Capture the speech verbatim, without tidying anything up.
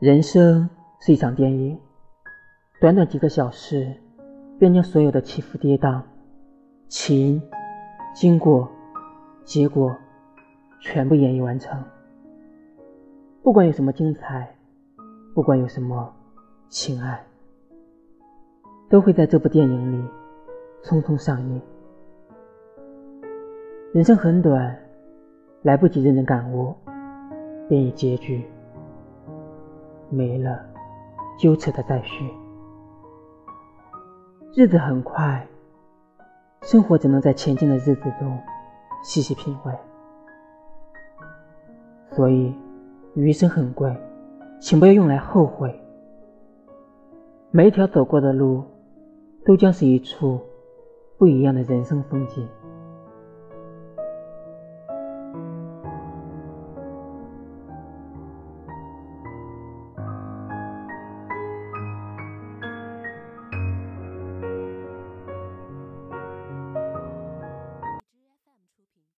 人生是一场电影，短短几个小时便将所有的起伏跌宕、情、经过、结果全部演绎完成。不管有什么精彩，不管有什么情爱，都会在这部电影里匆匆上映。人生很短，来不及认真感悟，便已结局，没了纠扯的再续。日子很快，生活只能在前进的日子中细细品味。所以余生很贵，请不要用来后悔。每一条走过的路，都将是一处不一样的人生风景。